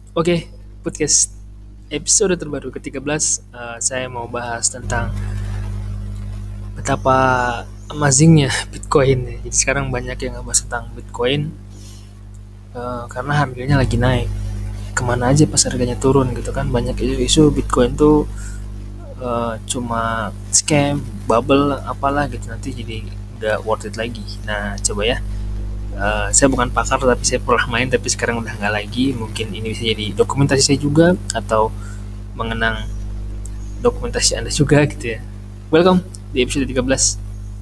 Oke, podcast episode terbaru ke-13. Saya mau bahas tentang betapa amazingnya Bitcoin. Jadi sekarang banyak yang ngebahas tentang Bitcoin karena harganya lagi naik. Kemana aja pas harganya turun gitu kan. Banyak isu-isu Bitcoin tuh cuma scam, bubble, apalah gitu. Nanti jadi nggak worth it lagi. Nah, coba ya. Saya bukan pakar tapi saya pernah main tapi sekarang udah nggak lagi. Mungkin ini bisa jadi dokumentasi saya juga atau mengenang dokumentasi Anda juga gitu ya. Welcome di episode 13.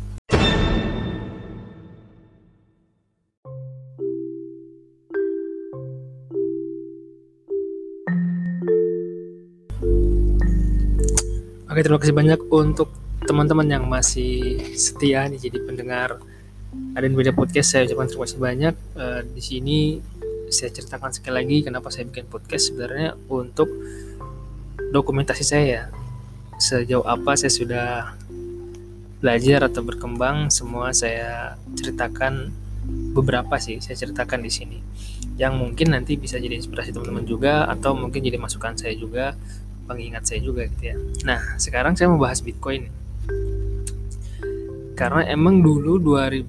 Oke, terima kasih banyak untuk teman-teman yang masih setia nih jadi pendengar Aden Beda Podcast. Saya ucapkan terima kasih banyak. Di sini saya ceritakan sekali lagi kenapa saya bikin podcast sebenarnya untuk dokumentasi saya. Sejauh apa saya sudah belajar atau berkembang, semua saya ceritakan. Beberapa sih saya ceritakan di sini yang mungkin nanti bisa jadi inspirasi teman-teman juga atau mungkin jadi masukan saya juga, pengingat saya juga gitu ya. Nah, sekarang saya mau bahas Bitcoin karena emang dulu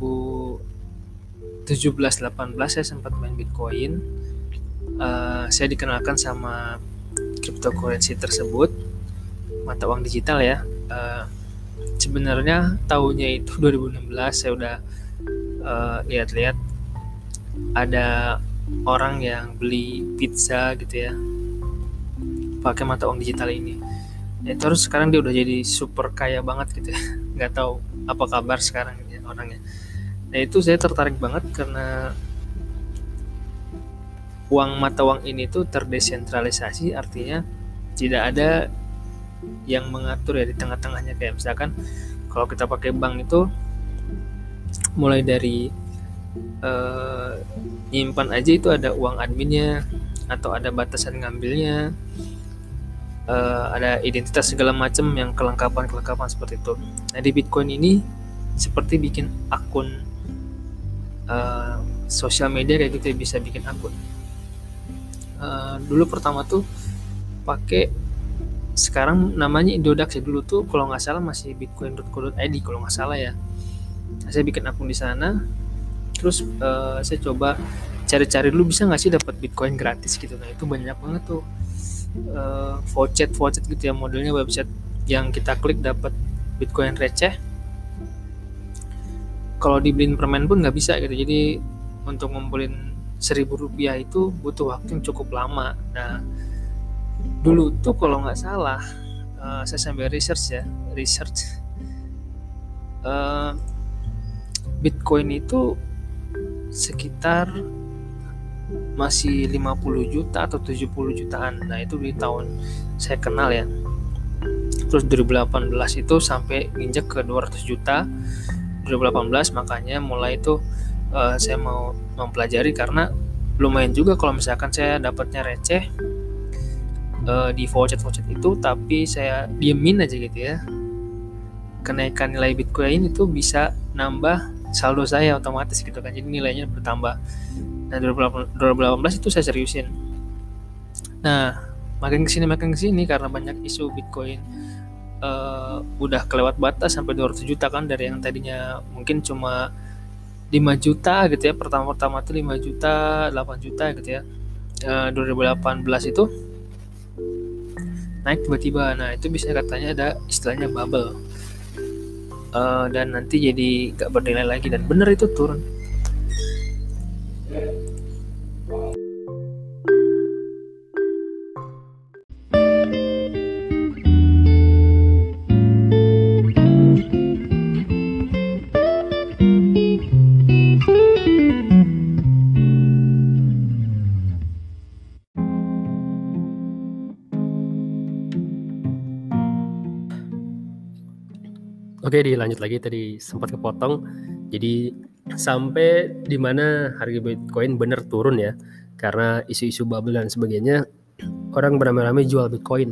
2017-18 saya sempat main Bitcoin. Saya dikenalkan sama cryptocurrency tersebut, mata uang digital ya. Sebenarnya tahunnya itu 2016 saya udah lihat-lihat ada orang yang beli pizza gitu ya pakai mata uang digital ini. Ya, terus sekarang dia udah jadi super kaya banget gitu ya. Nggak tahu apa kabar sekarang ya orangnya. Nah, itu saya tertarik banget karena mata uang ini tuh terdesentralisasi, artinya tidak ada yang mengatur ya di tengah-tengahnya. Kayak misalkan kalau kita pakai bank itu mulai dari nyimpan aja itu ada uang adminnya atau ada batasan ngambilnya, ada identitas segala macam yang kelengkapan seperti itu. Nah, di Bitcoin ini seperti bikin akun sosial media kayak gitu ya, bisa bikin akun. Dulu pertama tuh pakai, sekarang namanya Indodax ya, dulu tuh kalau nggak salah masih bitcoin.co.id kalau nggak salah ya. Nah, saya bikin akun di sana, terus saya coba cari-cari dulu bisa nggak sih dapat Bitcoin gratis gitu. Nah, itu banyak banget tuh voucher gitu ya, modelnya website yang kita klik dapat Bitcoin receh. Kalau dibeliin permen pun nggak bisa gitu. Jadi untuk ngumpulin Rp1.000 itu butuh waktu yang cukup lama. Nah, dulu tuh kalau nggak salah saya sambil research Bitcoin itu sekitar masih 50 juta atau 70 jutaan. Nah, itu di tahun saya kenal ya. Terus 2018 itu sampai nginjek ke 200 juta. 2018 makanya mulai itu saya mau mempelajari karena lumayan juga kalau misalkan saya dapatnya receh di voucher itu, tapi saya diemin aja gitu ya. Kenaikan nilai Bitcoin itu bisa nambah saldo saya otomatis gitu kan. Jadi nilainya bertambah. Nah, 2018 itu saya seriusin. Nah, makin kesini karena banyak isu Bitcoin udah kelewat batas sampai 200 juta kan, dari yang tadinya mungkin cuma 5 juta gitu ya, pertama tuh 5 juta, 8 juta gitu ya. 2018 itu naik tiba-tiba. Nah, itu bisa katanya ada istilahnya bubble, dan nanti jadi gak bernilai lagi, dan bener itu turun. Oke, dilanjut lagi, tadi sempat kepotong. Jadi sampai di mana harga Bitcoin bener turun ya, karena isu-isu bubble dan sebagainya, orang beramai-ramai jual Bitcoin.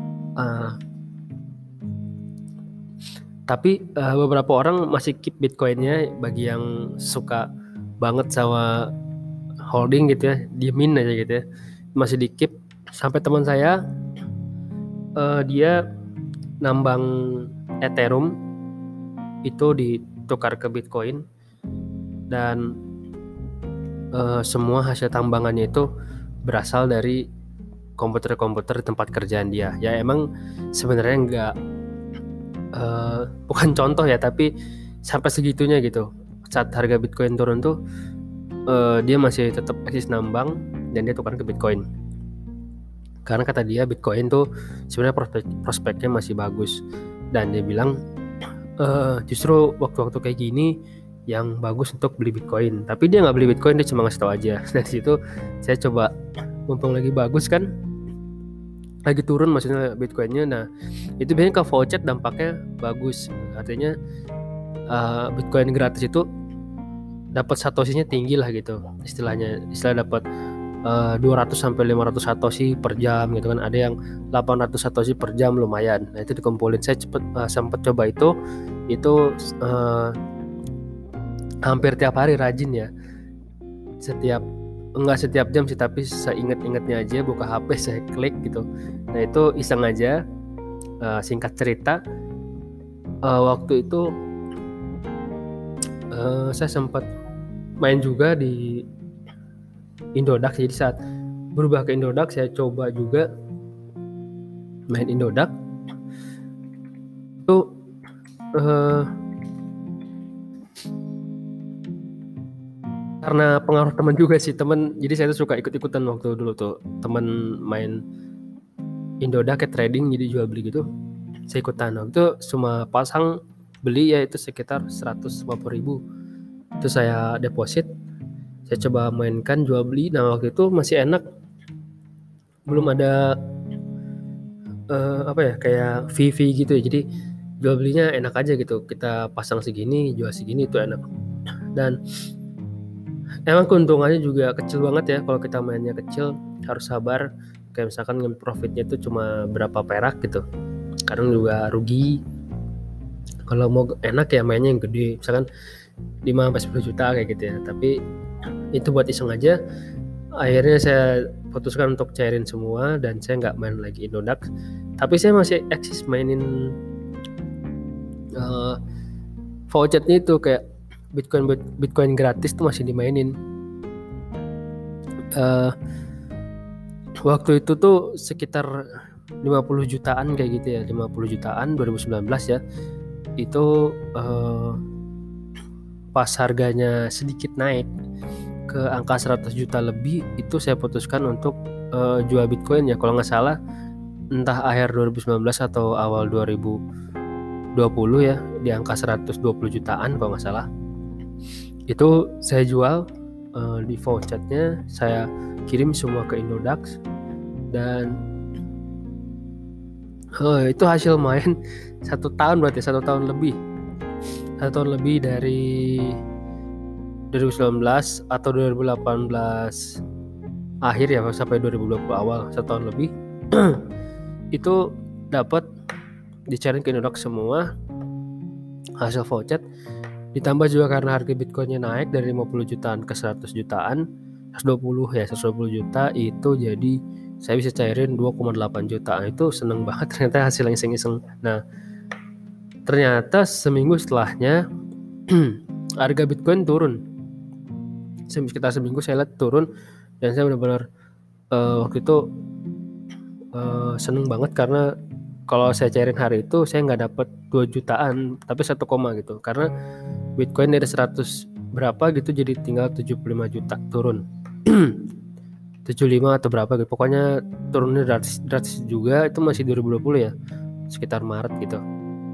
Tapi beberapa orang masih keep Bitcoinnya. Bagi yang suka banget sama holding gitu ya, diemin aja gitu ya. masih dikip sampai teman saya dia nambang Ethereum itu ditukar ke Bitcoin, dan semua hasil tambangannya itu berasal dari komputer-komputer di tempat kerjaan dia. Ya emang sebenarnya nggak bukan contoh ya, tapi sampai segitunya gitu. Saat harga Bitcoin turun tuh dia masih tetap eksis nambang dan dia tukar ke Bitcoin. Karena kata dia Bitcoin tuh sebenarnya prospeknya masih bagus, dan dia bilang justru waktu-waktu kayak gini yang bagus untuk beli Bitcoin. Tapi dia nggak beli Bitcoin, dia cuma ngasih tahu aja. Dari situ saya coba, mumpung lagi bagus kan, lagi turun maksudnya Bitcoinnya. Nah itu biasanya ke voucher dampaknya bagus. Artinya Bitcoin gratis itu dapat satoshinya tinggi lah gitu. Istilah dapat 200 sampai 500 satoshi per jam gitu kan. Ada yang 800 satoshi per jam, lumayan. Nah itu dikumpulin. Saya sempat coba itu hampir tiap hari, rajin ya. Enggak setiap jam sih, tapi seingat-ingatnya aja buka HP saya klik gitu. Nah itu iseng aja. Singkat cerita, waktu itu saya sempat main juga di Indodax. Jadi saat berubah ke Indodax, saya coba juga main Indodax. Itu karena pengaruh teman juga sih, teman. Jadi saya tuh suka ikut-ikutan waktu dulu tuh, teman main Indodax kayak trading, jadi jual beli gitu. Saya ikutan. Waktu itu cuma pasang beli ya itu sekitar 150.000. Itu saya deposit, saya coba mainkan jual beli. Nah waktu itu masih enak, belum ada kayak VV gitu ya. Jadi jual belinya enak aja gitu, kita pasang segini jual segini, itu enak. Dan emang keuntungannya juga kecil banget ya. Kalau kita mainnya kecil harus sabar. Kayak misalkan profitnya itu cuma berapa perak gitu, kadang juga rugi. Kalau mau enak ya mainnya yang gede, misalkan 5-10 juta kayak gitu ya. Tapi itu buat iseng aja. Akhirnya saya putuskan untuk cairin semua, dan saya nggak main lagi Indodax. Tapi saya masih eksis mainin vouchernya itu, kayak Bitcoin gratis tuh masih dimainin. Waktu itu tuh sekitar 50 jutaan kayak gitu ya, 50 jutaan 2019 ya. Itu pas harganya sedikit naik ke angka 100 juta lebih, itu saya putuskan untuk jual Bitcoin ya. Kalau nggak salah entah akhir 2019 atau awal 2020 ya, di angka 120 jutaan kalau nggak salah. Itu saya jual di vouchernya, saya kirim semua ke Indodax. Dan itu hasil main 1 tahun, berarti 1 tahun lebih. 1 tahun lebih dari 2019 atau 2018 akhir ya sampai 2020 awal, 1 tahun lebih. Itu dapat dicariin ke Indodax semua hasil voucher, ditambah juga karena harga Bitcoinnya naik dari 50 jutaan ke 100 jutaan, 120 juta, itu jadi saya bisa cairin 2,8 juta. Itu seneng banget ternyata hasil yang iseng-iseng. Nah ternyata seminggu setelahnya harga Bitcoin turun. Sekitar seminggu saya lihat turun, dan saya benar-benar waktu itu seneng banget, karena kalau saya cairin hari itu saya nggak dapat 2 jutaan tapi 1, gitu, karena Bitcoin dari 100 berapa gitu jadi tinggal 75 juta turun. 75 atau berapa gitu, pokoknya turunnya drastis juga. Itu masih 2020 ya, sekitar Maret gitu.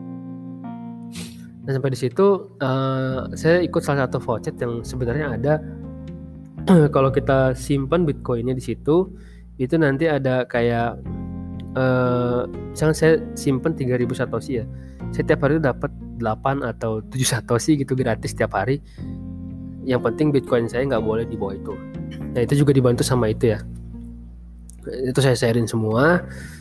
Dan sampai di situ saya ikut salah satu voucher yang sebenarnya ada kalau kita simpan Bitcoinnya di situ, itu nanti ada kayak misalnya saya simpan 3.000 satoshi ya, setiap hari dapat 8 atau 7 satoshi gitu gratis setiap hari. Yang penting Bitcoin saya nggak boleh di bawah itu. Nah itu juga dibantu sama itu ya. Itu saya sharein semua.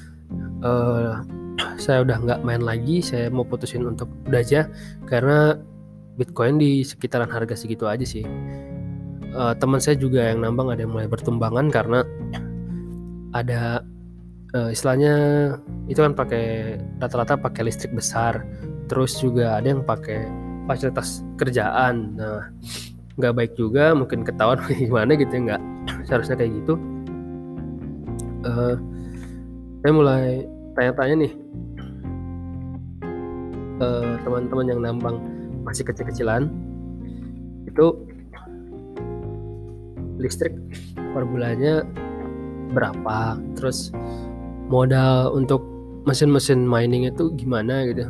Saya udah nggak main lagi. Saya mau putusin untuk udah aja, karena Bitcoin di sekitaran harga segitu aja sih. Teman saya juga yang nambang ada yang mulai bertumbangan, karena ada istilahnya itu kan pakai rata-rata pakai listrik besar, terus juga ada yang pakai fasilitas kerjaan. Nah, nggak baik juga, mungkin ketahuan gimana gitu ya, nggak seharusnya kayak gitu. Saya mulai tanya-tanya nih teman-teman yang nambang masih kecil-kecilan, itu listrik per bulannya berapa, terus modal untuk mesin-mesin mining itu gimana gitu.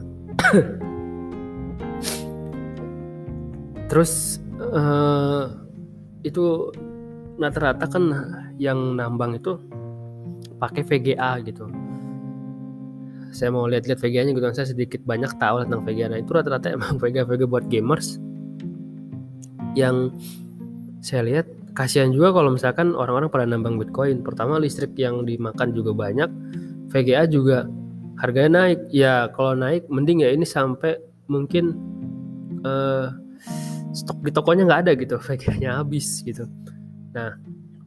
Terus itu rata-rata kan yang nambang itu pakai VGA gitu. Saya mau lihat-lihat VGA-nya gitu, saya sedikit banyak tahu tentang VGA. Nah, itu rata-rata emang VGA buat gamers. Yang saya lihat kasihan juga kalau misalkan orang-orang pada nambang Bitcoin. Pertama, listrik yang dimakan juga banyak, VGA juga harganya naik. Ya kalau naik mending ya ini sampai mungkin stok di tokonya nggak ada gitu, VGA-nya habis gitu. Nah,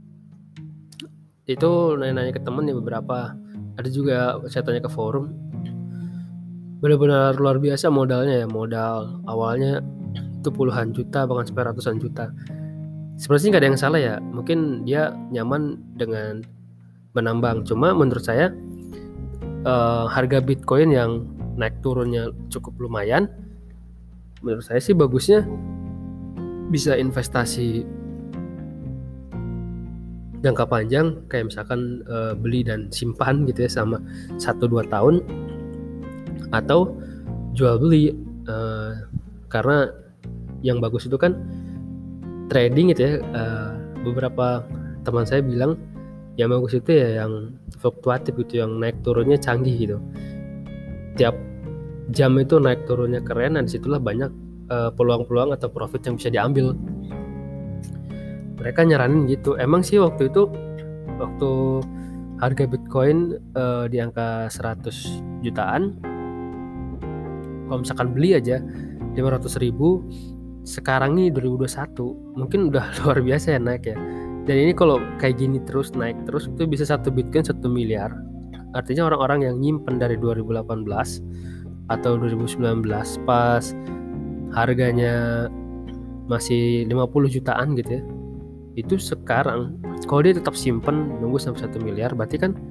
itu nanya-nanya ke temen ya beberapa, ada juga saya tanya ke forum, benar-benar luar biasa modalnya ya. Modal awalnya itu puluhan juta, bahkan sampai ratusan juta. Sebenarnya nggak ada yang salah ya, mungkin dia nyaman dengan menambang. Cuma menurut saya harga Bitcoin yang naik turunnya cukup lumayan, menurut saya sih bagusnya bisa investasi jangka panjang, kayak misalkan beli dan simpan gitu ya selama 1-2 tahun, atau jual beli, karena yang bagus itu kan trading gitu ya. Beberapa teman saya bilang yang bagus itu ya yang fluktuatif gitu, yang naik turunnya canggih gitu, tiap jam itu naik turunnya keren, dan disitulah banyak peluang-peluang atau profit yang bisa diambil. Mereka nyaranin gitu. Emang sih waktu harga Bitcoin di angka 100 jutaan, kalau misalkan beli aja 500.000, sekarang nih 2021 mungkin udah luar biasa ya naik ya. Dan ini kalau kayak gini terus naik terus, itu bisa 1 Bitcoin 1 miliar. Artinya orang-orang yang nyimpen dari 2018 atau 2019 pas harganya masih 50 jutaan gitu ya, itu sekarang kalau dia tetap simpen nunggu sampai 1 miliar, berarti kan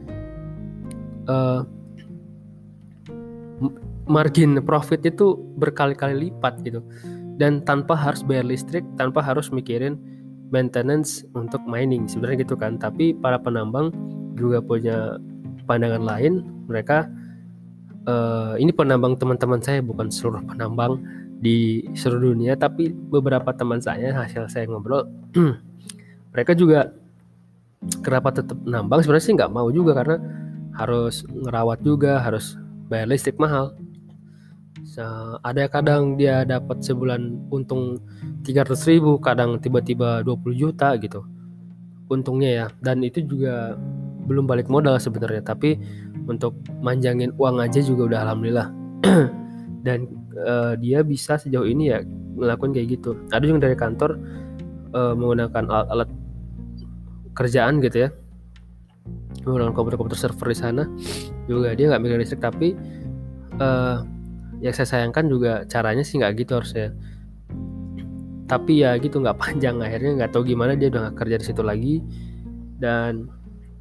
margin profit itu berkali-kali lipat gitu, dan tanpa harus bayar listrik, tanpa harus mikirin maintenance untuk mining sebenarnya gitu kan. Tapi para penambang juga punya pandangan lain. Mereka ini penambang teman-teman saya, bukan seluruh penambang di seluruh dunia, tapi beberapa teman saya, hasil saya ngobrol mereka juga kenapa tetap nambang, sebenarnya sih nggak mau juga, karena harus ngerawat juga, harus bayar listrik mahal. Ada kadang dia dapat sebulan untung 300.000, kadang tiba-tiba 20 juta gitu untungnya ya, dan itu juga belum balik modal sebenarnya, tapi untuk manjangin uang aja juga udah alhamdulillah. Dan dia bisa sejauh ini ya ngelakuin kayak gitu. Ada juga dari kantor menggunakan alat kerjaan gitu ya, menggunakan komputer server di sana juga, dia nggak megang listrik. Tapi yang saya sayangkan juga caranya sih nggak gitu harusnya, tapi ya gitu nggak panjang, akhirnya nggak tahu gimana dia udah nggak kerja di situ lagi. Dan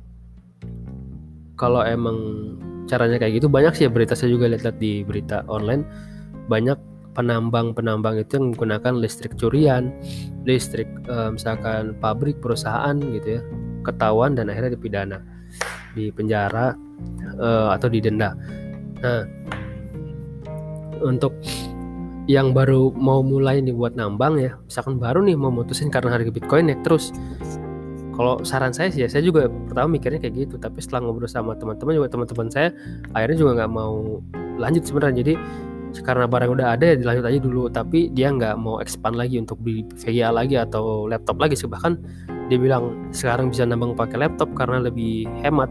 kalau emang caranya kayak gitu, banyak sih ya berita, saya juga lihat di berita online, banyak penambang itu yang menggunakan listrik curian, listrik misalkan pabrik, perusahaan gitu ya, ketahuan dan akhirnya dipidana, di penjara atau didenda. Nah, untuk yang baru mau mulai nih buat nambang ya, misalkan baru nih mau mutusin karena harga Bitcoin naik terus, kalau saran saya sih ya, saya juga pertama mikirnya kayak gitu, tapi setelah ngobrol sama teman-teman juga, teman-teman saya akhirnya juga nggak mau lanjut sebenarnya. Jadi karena barang udah ada ya dilanjut aja dulu, tapi dia nggak mau expand lagi untuk beli VGA lagi atau laptop lagi sih. Bahkan dia bilang sekarang bisa nambang pakai laptop karena lebih hemat.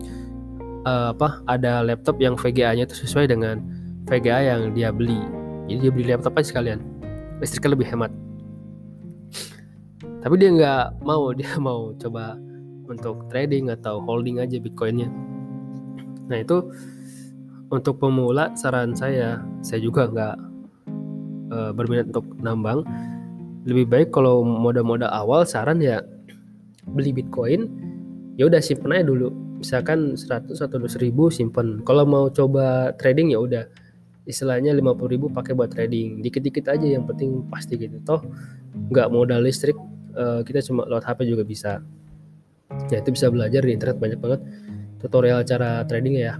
Ada laptop yang VGA-nya itu sesuai dengan VGA yang dia beli, jadi dia beli laptop aja sekalian, listriknya lebih hemat. Tapi dia nggak mau, dia mau coba untuk trading atau holding aja Bitcoinnya. Nah itu untuk pemula saran saya juga nggak berminat untuk nambang. Lebih baik kalau modal awal saran ya beli Bitcoin, ya udah simpen aja dulu. Misalkan 100 atau 200.000 simpen. Kalau mau coba trading ya udah istilahnya 50.000 pakai buat trading. Dikit-dikit aja yang penting pasti gitu. Toh nggak modal listrik, kita cuma lewat HP juga bisa. Ya itu bisa belajar di internet banyak banget tutorial cara trading ya.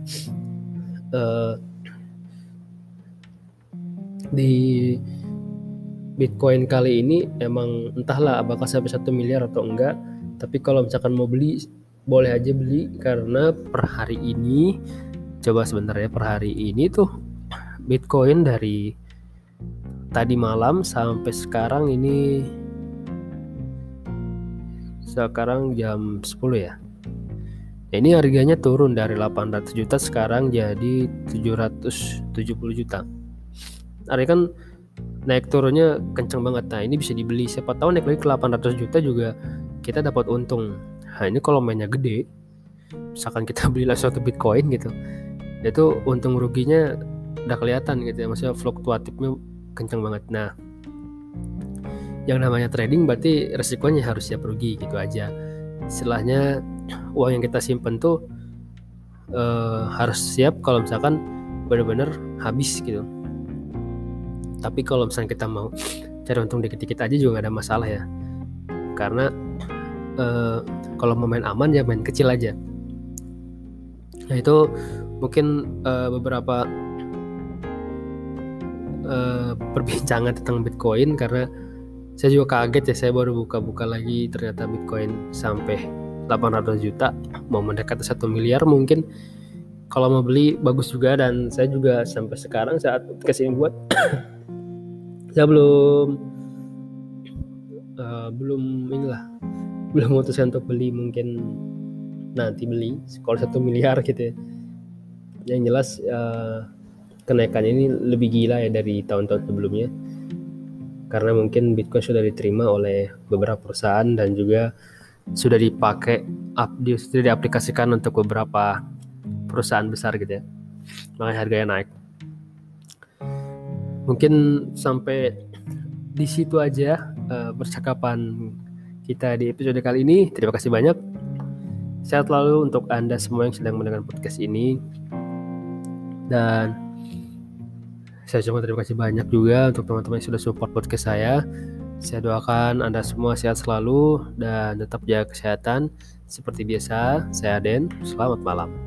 Di Bitcoin kali ini emang entahlah apakah sampai 1 miliar atau enggak, tapi kalau misalkan mau beli boleh aja beli, karena per hari ini, coba sebentar ya, per hari ini tuh Bitcoin dari tadi malam sampai sekarang ini, sekarang jam 10 ya. Nah, ini harganya turun dari 800 juta sekarang jadi 770 juta. Artinya kan naik turunnya kenceng banget. Nah ini bisa dibeli, siapa tahu naik lagi ke 800 juta juga kita dapat untung. Nah ini kalau mainnya gede, misalkan kita beli langsung satu Bitcoin gitu, itu untung ruginya udah kelihatan gitu ya, maksudnya fluktuatifnya kenceng banget. Nah yang namanya trading berarti resikonya harus siap rugi gitu aja. Istilahnya uang yang kita simpen tuh harus siap kalau misalkan benar-benar habis gitu. Tapi kalau misalnya kita mau cari untung dikit-dikit aja juga gak ada masalah ya. Karena kalau mau main aman ya main kecil aja. Nah itu mungkin beberapa perbincangan tentang Bitcoin, karena saya juga kaget ya, saya baru buka-buka lagi ternyata Bitcoin sampai 800 juta, mau mendekati 1 miliar mungkin. Kalau mau beli bagus juga, dan saya juga sampai sekarang saat kesini buat saya belum memutuskan untuk beli, mungkin nanti beli kalau 1 miliar gitu ya. Yang jelas kenaikannya ini lebih gila ya dari tahun-tahun sebelumnya, karena mungkin Bitcoin sudah diterima oleh beberapa perusahaan dan juga sudah dipakai, sudah diaplikasikan untuk beberapa perusahaan besar gitu ya, makanya harganya naik. Mungkin sampai di situ aja percakapan kita di episode kali ini. Terima kasih banyak. Sehat selalu untuk Anda semua yang sedang mendengar podcast ini. Dan saya cuma terima kasih banyak juga untuk teman-teman yang sudah support podcast saya. Saya doakan Anda semua sehat selalu dan tetap jaga kesehatan. Seperti biasa, saya Den. Selamat malam.